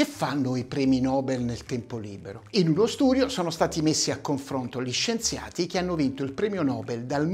Che fanno i premi Nobel nel tempo libero? In uno studio sono stati messi a confronto gli scienziati che hanno vinto il premio Nobel dal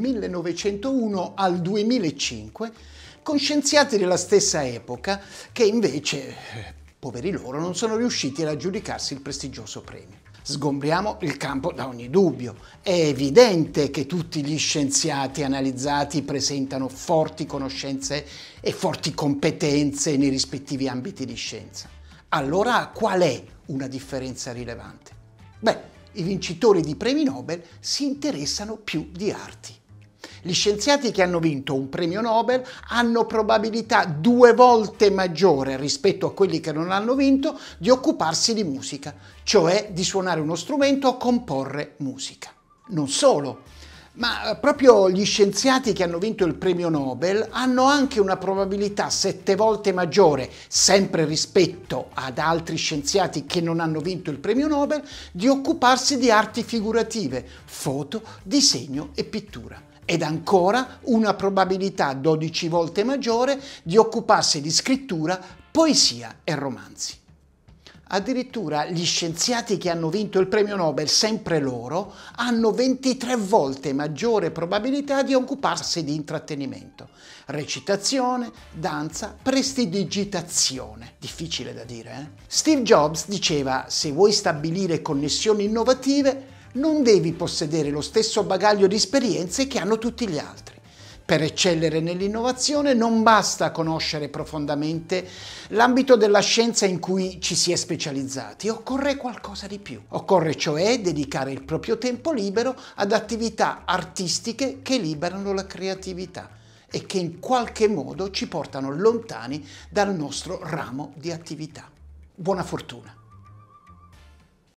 1901 al 2005 con scienziati della stessa epoca che invece, poveri loro, non sono riusciti ad aggiudicarsi il prestigioso premio. Sgombriamo il campo da ogni dubbio. È evidente che tutti gli scienziati analizzati presentano forti conoscenze e forti competenze nei rispettivi ambiti di scienza. Allora, qual è una differenza rilevante? Beh, i vincitori di premi Nobel si interessano più di arti. Gli scienziati che hanno vinto un premio Nobel hanno probabilità 2 volte maggiore rispetto a quelli che non hanno vinto di occuparsi di musica, cioè di suonare uno strumento o comporre musica. Non solo, ma proprio gli scienziati che hanno vinto il premio Nobel hanno anche una probabilità 7 volte maggiore, sempre rispetto ad altri scienziati che non hanno vinto il premio Nobel, di occuparsi di arti figurative, foto, disegno e pittura. Ed ancora una probabilità 12 volte maggiore di occuparsi di scrittura, poesia e romanzi. Addirittura gli scienziati che hanno vinto il premio Nobel, sempre loro, hanno 23 volte maggiore probabilità di occuparsi di intrattenimento. Recitazione, danza, prestidigitazione. Difficile da dire, eh? Steve Jobs diceva: se vuoi stabilire connessioni innovative, non devi possedere lo stesso bagaglio di esperienze che hanno tutti gli altri. Per eccellere nell'innovazione non basta conoscere profondamente l'ambito della scienza in cui ci si è specializzati, occorre qualcosa di più. Occorre cioè dedicare il proprio tempo libero ad attività artistiche che liberano la creatività e che in qualche modo ci portano lontani dal nostro ramo di attività. Buona fortuna!